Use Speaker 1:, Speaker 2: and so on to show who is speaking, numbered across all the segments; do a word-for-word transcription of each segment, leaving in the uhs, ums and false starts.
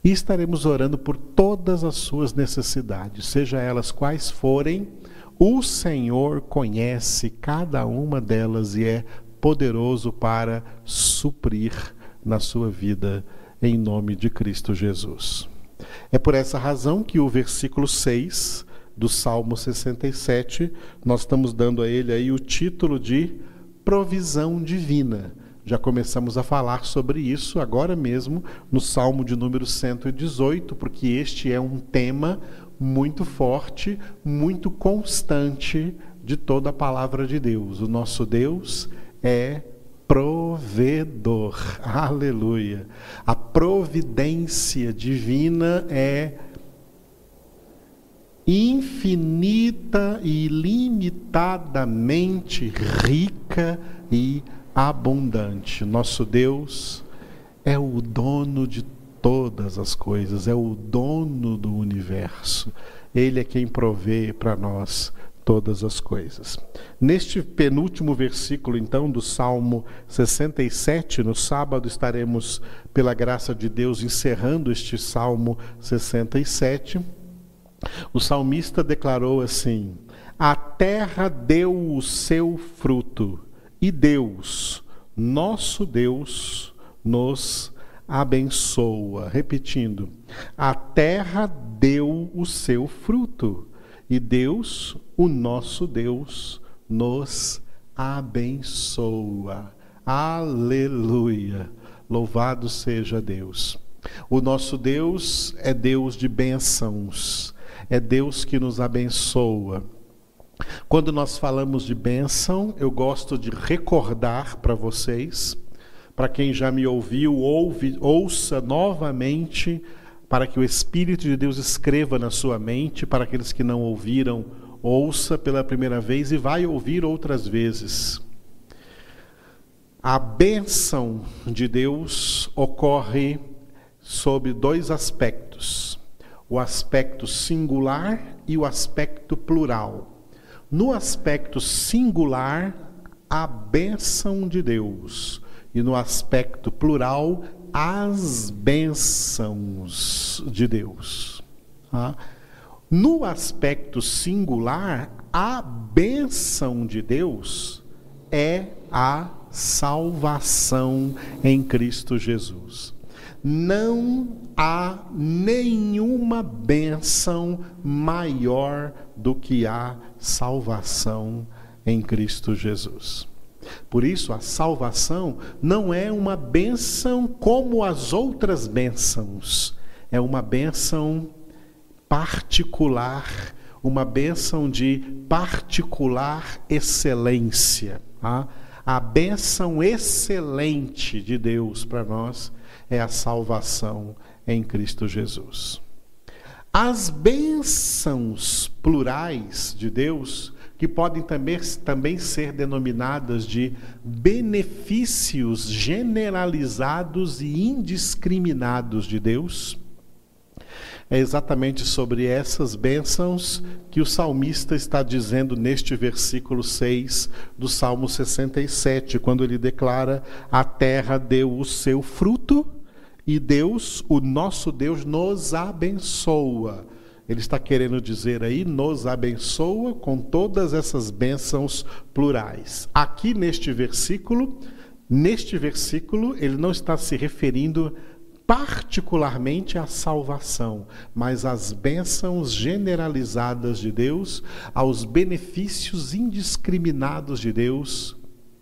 Speaker 1: E estaremos orando por todas as suas necessidades, seja elas quais forem. O Senhor conhece cada uma delas e é poderoso para suprir na sua vida, em nome de Cristo Jesus. É por essa razão que o versículo seis do Salmo sessenta e sete, nós estamos dando a ele aí o título de provisão divina. Já começamos a falar sobre isso agora mesmo no Salmo de número cento e dezoito, porque este é um tema muito forte, muito constante de toda a palavra de Deus. O nosso Deus é provedor. Aleluia! A providência divina é infinita e ilimitadamente rica e abundante. Nosso Deus é o dono de todas as coisas, é o dono do universo. Ele é quem provê para nós todas as coisas. Neste penúltimo versículo, então, do Salmo sessenta e sete, no sábado estaremos, pela graça de Deus, encerrando este Salmo sessenta e sete. O salmista declarou assim: a terra deu o seu fruto, e Deus, nosso Deus, nos abençoa. Repetindo, a terra deu o seu fruto, e Deus, o nosso Deus, nos abençoa. Aleluia! Louvado seja Deus. O nosso Deus é Deus de bênçãos, é Deus que nos abençoa. Quando nós falamos de bênção, eu gosto de recordar para vocês, para quem já me ouviu, ouve, ouça novamente, para que o Espírito de Deus escreva na sua mente. Para aqueles que não ouviram, ouça pela primeira vez e vai ouvir outras vezes. A bênção de Deus ocorre sob dois aspectos: o aspecto singular e o aspecto plural. No aspecto singular, a bênção de Deus, e no aspecto plural, as bênçãos de Deus. Tá? No aspecto singular, a bênção de Deus é a salvação em Cristo Jesus. Não há nenhuma bênção maior do que a salvação em Cristo Jesus. Por isso, a salvação não é uma bênção como as outras bênçãos. É uma bênção particular, uma bênção de particular excelência. Tá? A bênção excelente de Deus para nós é a salvação em Cristo Jesus. As bênçãos plurais de Deus, que podem também, também ser denominadas de benefícios generalizados e indiscriminados de Deus, é exatamente sobre essas bênçãos que o salmista está dizendo neste versículo seis do Salmo sessenta e sete, quando ele declara: a terra deu o seu fruto e Deus, o nosso Deus, nos abençoa. Ele está querendo dizer aí, nos abençoa com todas essas bênçãos plurais. Aqui neste versículo, neste versículo, ele não está se referindo particularmente à salvação, mas às bênçãos generalizadas de Deus, aos benefícios indiscriminados de Deus,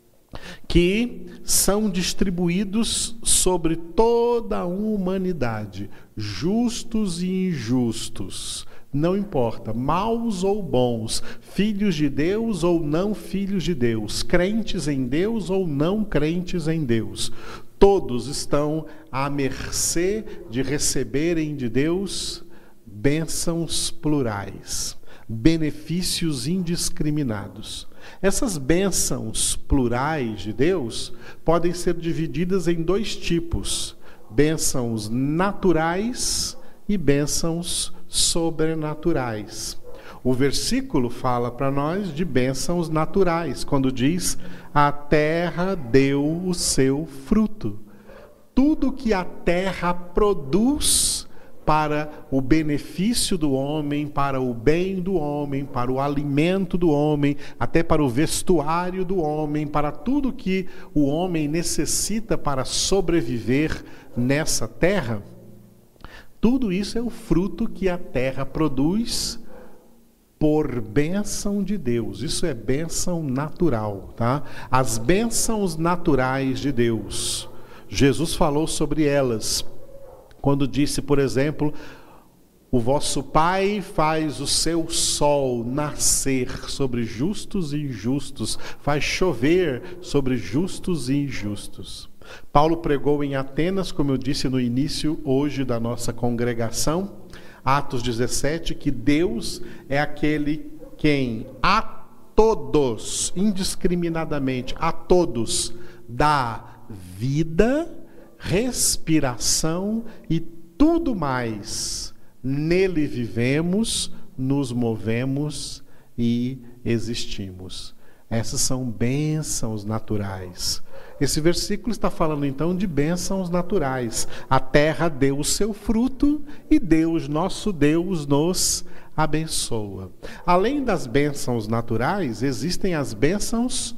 Speaker 1: que são distribuídos sobre toda a humanidade, justos e injustos, não importa, maus ou bons, filhos de Deus ou não filhos de Deus, crentes em Deus ou não crentes em Deus, todos estão à mercê de receberem de Deus bênçãos plurais, benefícios indiscriminados. Essas bênçãos plurais de Deus podem ser divididas em dois tipos: bênçãos naturais e bênçãos sobrenaturais. O versículo fala para nós de bênçãos naturais, quando diz: a terra deu o seu fruto. Tudo que a terra produz para o benefício do homem, para o bem do homem, para o alimento do homem, até para o vestuário do homem, para tudo que o homem necessita para sobreviver nessa terra. Tudo isso é o fruto que a terra produz por bênção de Deus. Isso é bênção natural, tá? As bênçãos naturais de Deus, Jesus falou sobre elas quando disse, por exemplo, o vosso Pai faz o seu sol nascer sobre justos e injustos, faz chover sobre justos e injustos. Paulo pregou em Atenas, como eu disse no início hoje da nossa congregação, Atos dezessete, que Deus é aquele quem a todos, indiscriminadamente, a todos, dá vida, respiração e tudo mais. Nele vivemos, nos movemos e existimos. Essas são bênçãos naturais. Esse versículo está falando então de bênçãos naturais. A terra deu o seu fruto e Deus, nosso Deus, nos abençoa. Além das bênçãos naturais, existem as bênçãos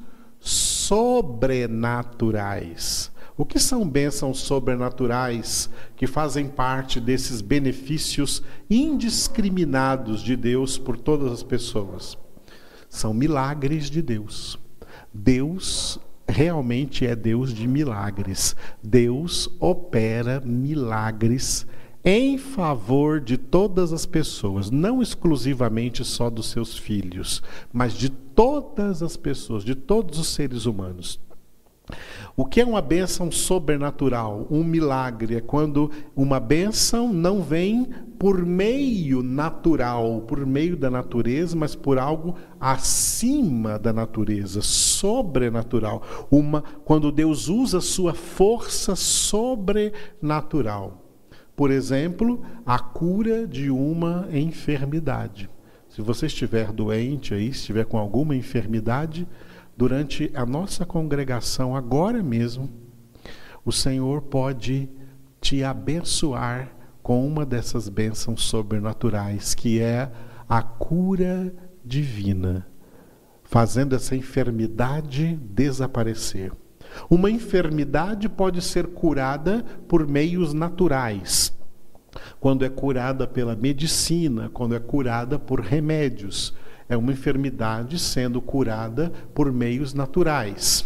Speaker 1: sobrenaturais. O que são bênçãos sobrenaturais que fazem parte desses benefícios indiscriminados de Deus por todas as pessoas? São milagres de Deus. Deus realmente é Deus de milagres. Deus opera milagres em favor de todas as pessoas, não exclusivamente só dos seus filhos, mas de todas as pessoas, de todos os seres humanos. O que é uma bênção sobrenatural? Um milagre é quando uma bênção não vem por meio natural, por meio da natureza, mas por algo acima da natureza, sobrenatural. Uma, quando Deus usa sua força sobrenatural. Por exemplo, a cura de uma enfermidade. Se você estiver doente aí, se estiver com alguma enfermidade, durante a nossa congregação, agora mesmo, o Senhor pode te abençoar com uma dessas bênçãos sobrenaturais, que é a cura divina, fazendo essa enfermidade desaparecer. Uma enfermidade pode ser curada por meios naturais, quando é curada pela medicina, quando é curada por remédios. É uma enfermidade sendo curada por meios naturais.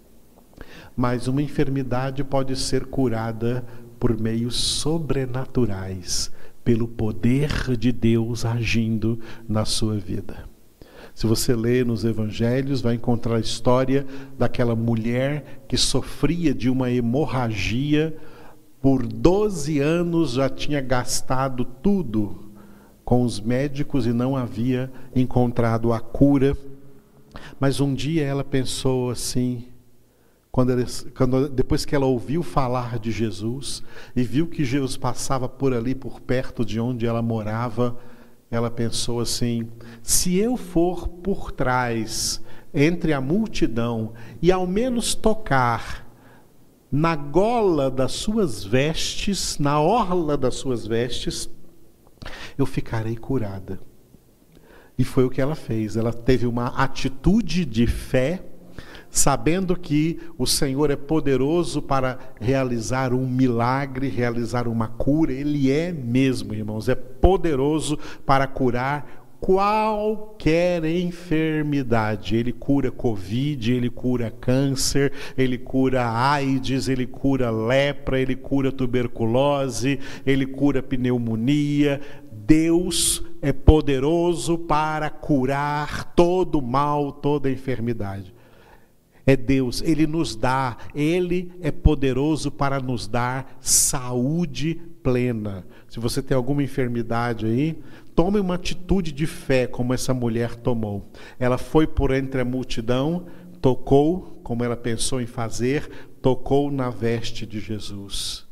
Speaker 1: Mas uma enfermidade pode ser curada por meios sobrenaturais, pelo poder de Deus agindo na sua vida. Se você ler nos evangelhos, vai encontrar a história daquela mulher que sofria de uma hemorragia. Por doze anos já tinha gastado tudo com os médicos e não havia encontrado a cura. Mas um dia ela pensou assim, quando ela, quando, depois que ela ouviu falar de Jesus e viu que Jesus passava por ali, por perto de onde ela morava, ela pensou assim: se eu for por trás, entre a multidão, e ao menos tocar na gola das suas vestes, na orla das suas vestes, eu ficarei curada. E foi o que ela fez. Ela teve uma atitude de fé, sabendo que o Senhor é poderoso para realizar um milagre, realizar uma cura. Ele é mesmo, irmãos, é poderoso para curar qualquer enfermidade. Ele cura Covid, ele cura câncer, ele cura AIDS, ele cura lepra, ele cura tuberculose, ele cura pneumonia. Deus é poderoso para curar todo mal, toda enfermidade. É Deus, Ele nos dá, Ele é poderoso para nos dar saúde plena. Se você tem alguma enfermidade aí, tome uma atitude de fé como essa mulher tomou. Ela foi por entre a multidão, tocou, como ela pensou em fazer, tocou na veste de Jesus.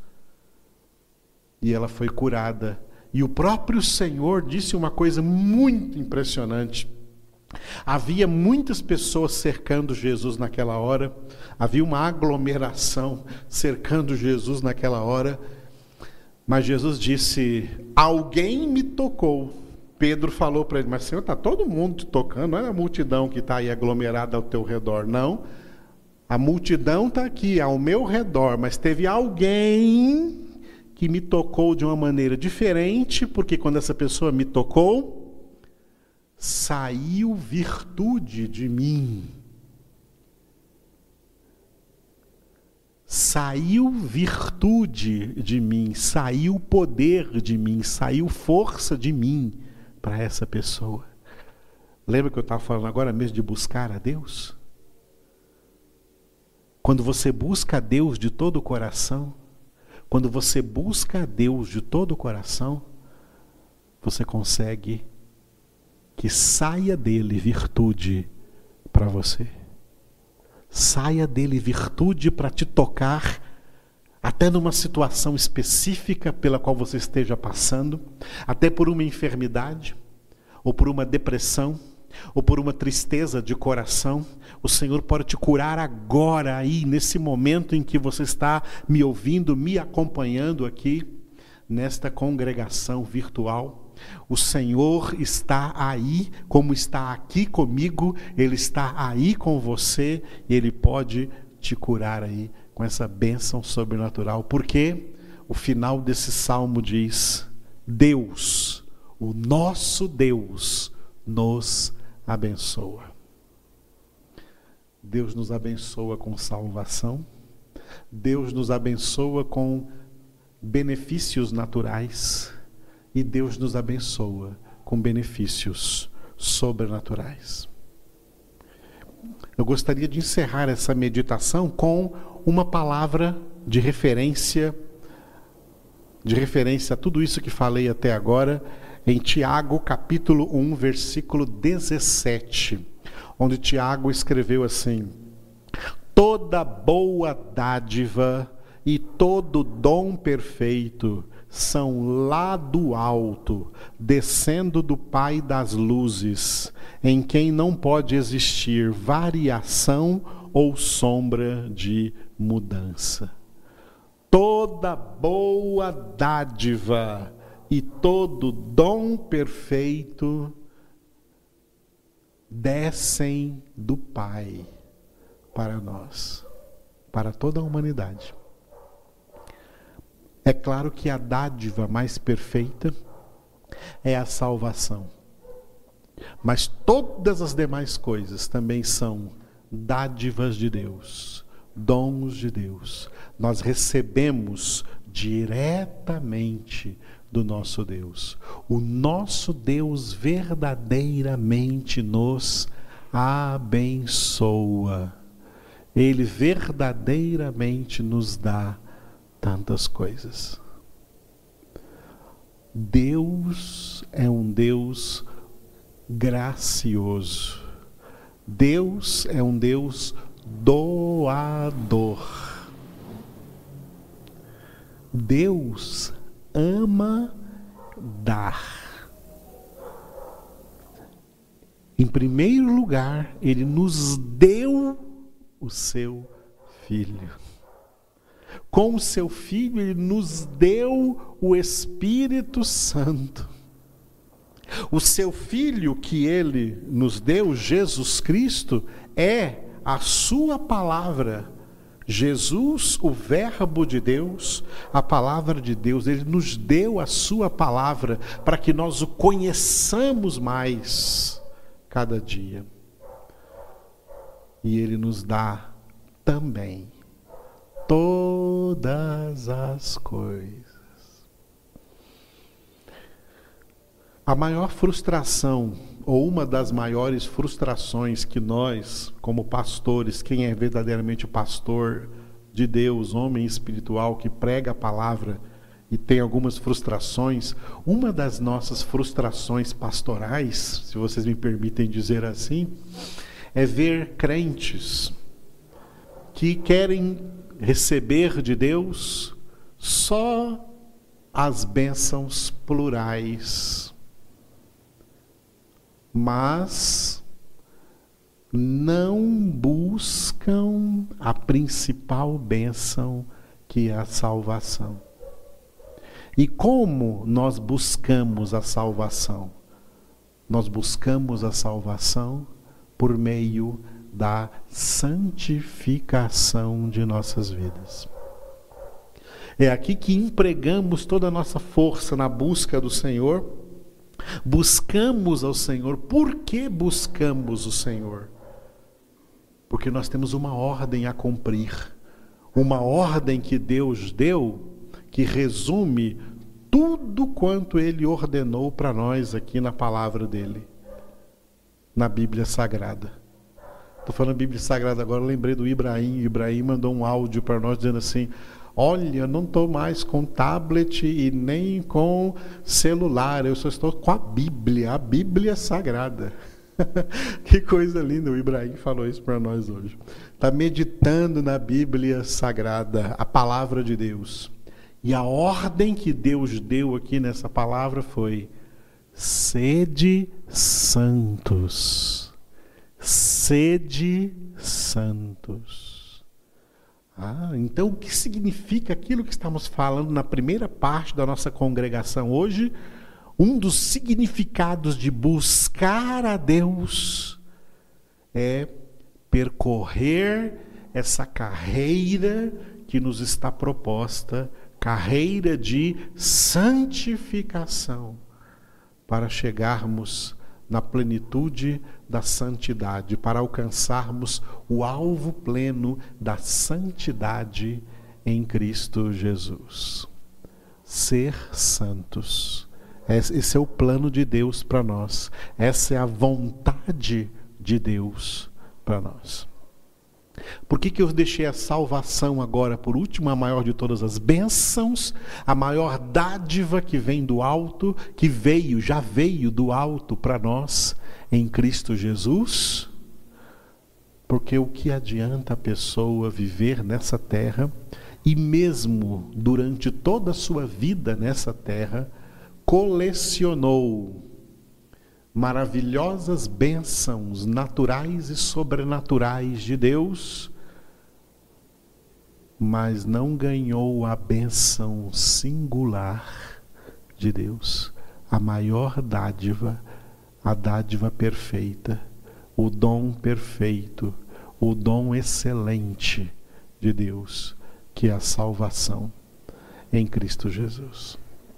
Speaker 1: E ela foi curada. E o próprio Senhor disse uma coisa muito impressionante. Havia muitas pessoas cercando Jesus naquela hora, havia uma aglomeração cercando Jesus naquela hora, Mas Jesus disse: alguém me tocou. Pedro falou para ele: mas Senhor, está todo mundo te tocando, não é a multidão que está aí aglomerada ao teu redor, não. A multidão está aqui ao meu redor, mas teve alguém que me tocou de uma maneira diferente, porque quando essa pessoa me tocou, saiu virtude de mim. Saiu virtude de mim, saiu poder de mim, saiu força de mim para essa pessoa. Lembra que eu estava falando agora mesmo de buscar a Deus? Quando você busca a Deus de todo o coração, quando você busca a Deus de todo o coração, você consegue que saia dele virtude para você. Saia dele virtude para te tocar, até numa situação específica pela qual você esteja passando, até por uma enfermidade, ou por uma depressão, ou por uma tristeza de coração. O Senhor pode te curar agora, aí, nesse momento em que você está me ouvindo, me acompanhando aqui, nesta congregação virtual. O Senhor está aí, como está aqui comigo, Ele está aí com você, e Ele pode te curar aí com essa bênção sobrenatural. Porque o final desse salmo diz: Deus, o nosso Deus, nos abençoa. Deus nos abençoa com salvação, Deus nos abençoa com benefícios naturais, e Deus nos abençoa com benefícios sobrenaturais. Eu gostaria de encerrar essa meditação com uma palavra de referência, de referência a tudo isso que falei até agora, em Tiago capítulo um, versículo dezessete, onde Tiago escreveu assim: toda boa dádiva e todo dom perfeito são lá do alto, descendo do Pai das luzes, em quem não pode existir variação ou sombra de mudança. Toda boa dádiva e todo dom perfeito descem do Pai para nós, para toda a humanidade. É claro que a dádiva mais perfeita é a salvação. Mas todas as demais coisas também são dádivas de Deus, dons de Deus. Nós recebemos diretamente do nosso Deus. O nosso Deus verdadeiramente nos abençoa. Ele verdadeiramente nos dá tantas coisas. Deus é um Deus gracioso. Deus é um Deus doador. Deus ama dar. Em primeiro lugar, Ele nos deu o seu Filho. Com o seu Filho, Ele nos deu o Espírito Santo. O seu Filho que Ele nos deu, Jesus Cristo, é a sua palavra. Jesus, o Verbo de Deus, a palavra de Deus, Ele nos deu a sua palavra para que nós o conheçamos mais cada dia. E Ele nos dá também todas as coisas. A maior frustração, ou uma das maiores frustrações que nós, como pastores, quem é verdadeiramente pastor de Deus, homem espiritual que prega a palavra e tem algumas frustrações, uma das nossas frustrações pastorais, se vocês me permitem dizer assim, é ver crentes que querem receber de Deus só as bênçãos plurais, mas não buscam a principal bênção, que é a salvação. E como nós buscamos a salvação? Nós buscamos a salvação por meio da santificação de nossas vidas. É aqui que empregamos toda a nossa força na busca do Senhor. Buscamos ao Senhor. Por que buscamos o Senhor? Porque nós temos uma ordem a cumprir. Uma ordem que Deus deu, que resume tudo quanto Ele ordenou para nós aqui na palavra dEle, na Bíblia Sagrada. Estou falando Bíblia Sagrada agora, lembrei do Ibrahim. Ibrahim mandou um áudio para nós dizendo assim: olha, não estou mais com tablet e nem com celular, eu só estou com a Bíblia, a Bíblia Sagrada. Que coisa linda, o Ibrahim falou isso para nós hoje. Está meditando na Bíblia Sagrada, a palavra de Deus. E a ordem que Deus deu aqui nessa palavra foi: sede santos. Sede santos. Ah, então o que significa aquilo que estamos falando na primeira parte da nossa congregação hoje? Um dos significados de buscar a Deus é percorrer essa carreira que nos está proposta, carreira de santificação, para chegarmos na plenitude da santidade, para alcançarmos o alvo pleno da santidade em Cristo Jesus. Ser santos. Esse é o plano de Deus para nós. Essa é a vontade de Deus para nós. Por que que eu deixei a salvação agora por último, a maior de todas as bênçãos, a maior dádiva que vem do alto, que veio, já veio do alto para nós em Cristo Jesus? Porque o que adianta a pessoa viver nessa terra e mesmo durante toda a sua vida nessa terra, colecionou maravilhosas bênçãos naturais e sobrenaturais de Deus, mas não ganhou a bênção singular de Deus, a maior dádiva, a dádiva perfeita, o dom perfeito, o dom excelente de Deus, que é a salvação em Cristo Jesus.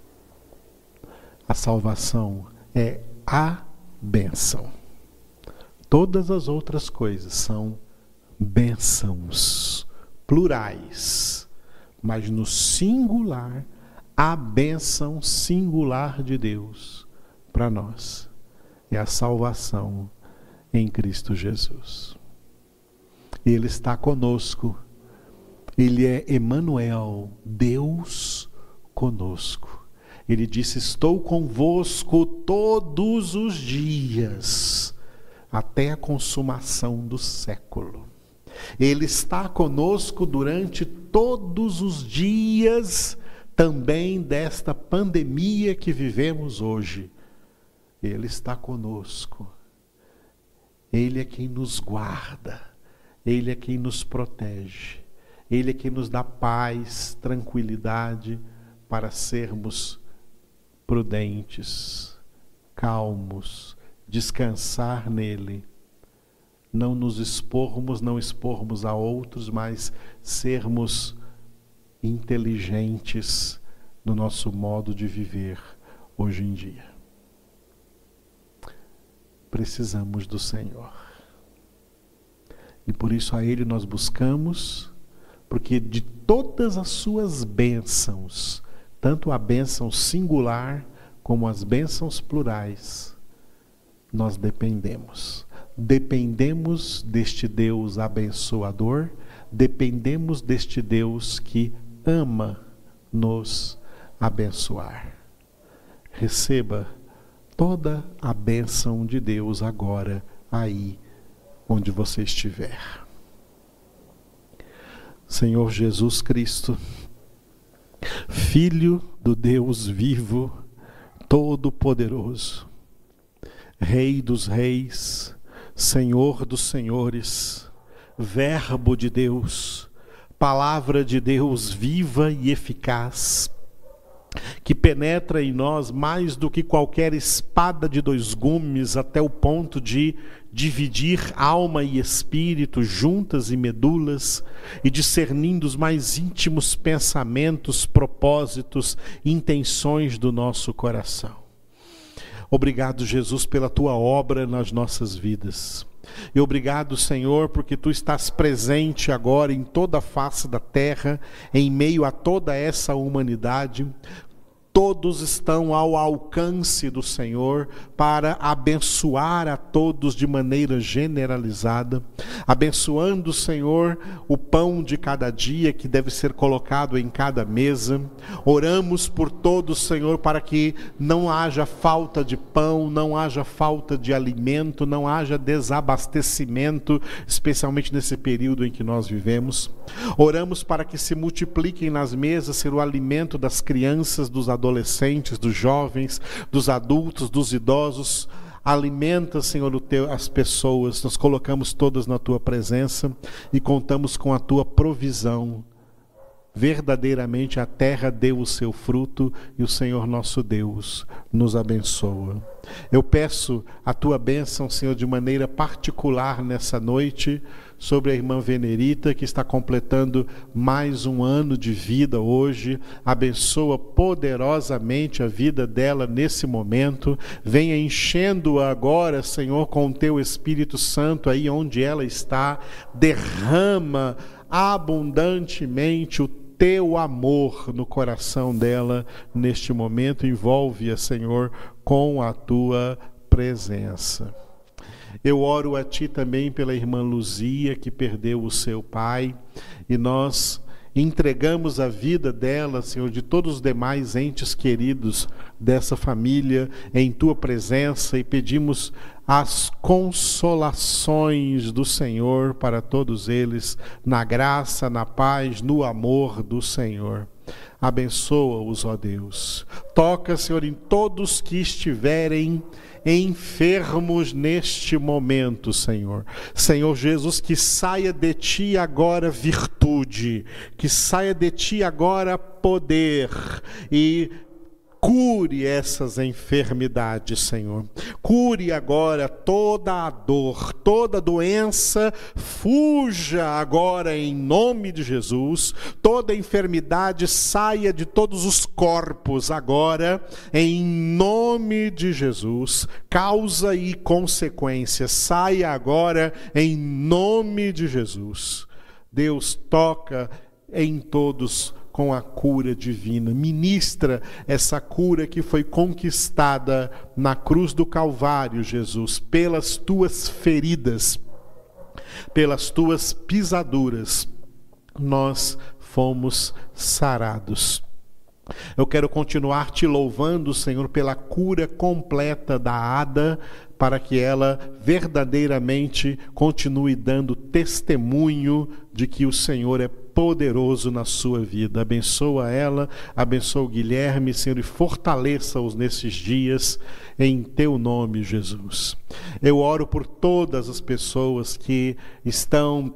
Speaker 1: A salvação é a bênção. Todas as outras coisas são bênçãos plurais, mas no singular, a bênção singular de Deus para nós é a salvação em Cristo Jesus. Ele está conosco. Ele é Emanuel, Deus conosco. Ele disse: estou convosco todos os dias, até a consumação do século. Ele está conosco durante todos os dias, também desta pandemia que vivemos hoje. Ele está conosco. Ele é quem nos guarda. Ele é quem nos protege. Ele é quem nos dá paz, tranquilidade, para sermos prudentes, calmos, descansar nele, não nos expormos, não expormos a outros, mas sermos inteligentes no nosso modo de viver hoje em dia. Precisamos do Senhor. E por isso a Ele nós buscamos, porque de todas as suas bênçãos, tanto a bênção singular como as bênçãos plurais, nós dependemos. Dependemos deste Deus abençoador, dependemos deste Deus que ama nos abençoar. Receba toda a bênção de Deus agora, aí onde você estiver. Senhor Jesus Cristo, Filho do Deus vivo, Todo-Poderoso, Rei dos reis, Senhor dos senhores, Verbo de Deus, Palavra de Deus viva e eficaz, que penetra em nós mais do que qualquer espada de dois gumes, até o ponto de dividir alma e espírito, juntas e medulas, e discernindo os mais íntimos pensamentos, propósitos, intenções do nosso coração. Obrigado, Jesus, pela tua obra nas nossas vidas. E obrigado, Senhor, porque tu estás presente agora em toda a face da terra, em meio a toda essa humanidade. Todos estão ao alcance do Senhor para abençoar a todos de maneira generalizada, abençoando, Senhor, o pão de cada dia que deve ser colocado em cada mesa. Oramos por todos, Senhor, para que não haja falta de pão, não haja falta de alimento, não haja desabastecimento, especialmente nesse período em que nós vivemos. Oramos para que se multipliquem nas mesas, Senhor, o alimento das crianças, dos adolescentes, adolescentes, dos jovens, dos adultos, dos idosos. Alimenta, Senhor, o teu, as pessoas. Nós colocamos todas na tua presença e contamos com a tua provisão. Verdadeiramente a terra deu o seu fruto e o Senhor nosso Deus nos abençoa. Eu peço a tua bênção, Senhor, de maneira particular nessa noite, sobre a irmã Venerita, que está completando mais um ano de vida hoje. Abençoa poderosamente a vida dela nesse momento. Venha enchendo-a agora, Senhor, com o teu Espírito Santo aí onde ela está. Derrama abundantemente o teu amor no coração dela neste momento. Envolve-a, Senhor, com a tua presença. Eu oro a ti também pela irmã Luzia, que perdeu o seu pai, e nós entregamos a vida dela, Senhor, de todos os demais entes queridos dessa família em tua presença, e pedimos as consolações do Senhor para todos eles, na graça, na paz, no amor do Senhor. Abençoa-os, ó Deus. Toca, Senhor, em todos que estiverem enfermos neste momento, Senhor. Senhor Jesus, que saia de ti agora virtude, que saia de ti agora poder, e cure essas enfermidades, Senhor. Cure agora toda a dor, toda doença, fuja agora em nome de Jesus. Toda enfermidade saia de todos os corpos agora em nome de Jesus. Causa e consequência saia agora em nome de Jesus. Deus, toca em todos com a cura divina. Ministra essa cura que foi conquistada na cruz do Calvário, Jesus, pelas tuas feridas, pelas tuas pisaduras, nós fomos sarados. Eu quero continuar te louvando, Senhor, pela cura completa da Ada, para que ela verdadeiramente continue dando testemunho de que o Senhor é poderoso na sua vida. Abençoa ela, abençoa o Guilherme, Senhor, e fortaleça-os nesses dias, em teu nome, Jesus. Eu oro por todas as pessoas que estão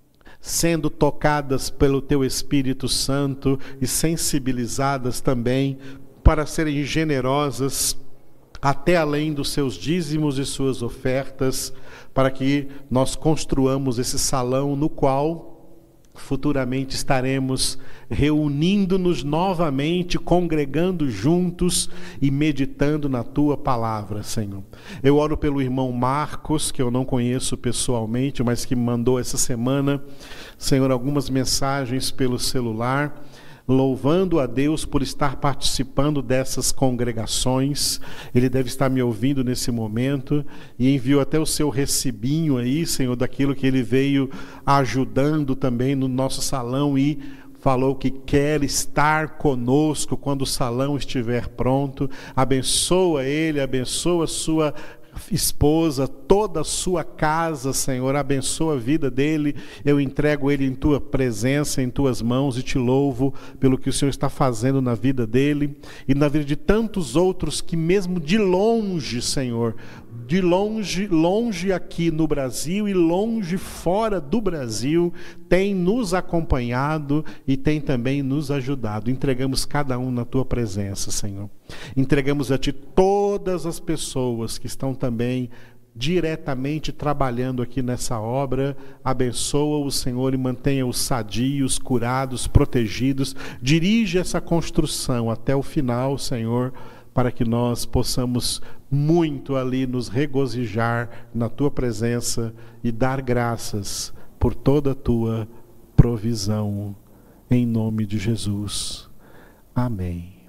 Speaker 1: sendo tocadas pelo teu Espírito Santo e sensibilizadas também para serem generosas até além dos seus dízimos e suas ofertas, para que nós construamos esse salão no qual futuramente estaremos reunindo-nos novamente, congregando juntos e meditando na tua palavra, Senhor. Eu oro pelo irmão Marcos, que eu não conheço pessoalmente, mas que me mandou essa semana, Senhor, algumas mensagens pelo celular, louvando a Deus por estar participando dessas congregações. Ele deve estar me ouvindo nesse momento e enviou até o seu recibinho aí, Senhor, daquilo que ele veio ajudando também no nosso salão, e falou que quer estar conosco quando o salão estiver pronto. Abençoa ele, abençoa a sua esposa, toda a sua casa, Senhor, abençoa a vida dele, eu entrego ele em tua presença, em tuas mãos e te louvo pelo que o Senhor está fazendo na vida dele e na vida de tantos outros que mesmo de longe, Senhor, de longe, longe aqui no Brasil e longe fora do Brasil, tem nos acompanhado e tem também nos ajudado. Entregamos cada um na tua presença, Senhor. Entregamos a ti todas as pessoas que estão também diretamente trabalhando aqui nessa obra. Abençoa o Senhor e mantenha-os sadios, curados, protegidos. Dirige essa construção até o final, Senhor, para que nós possamos muito ali nos regozijar na tua presença e dar graças por toda a tua provisão. Em nome de Jesus. Amém.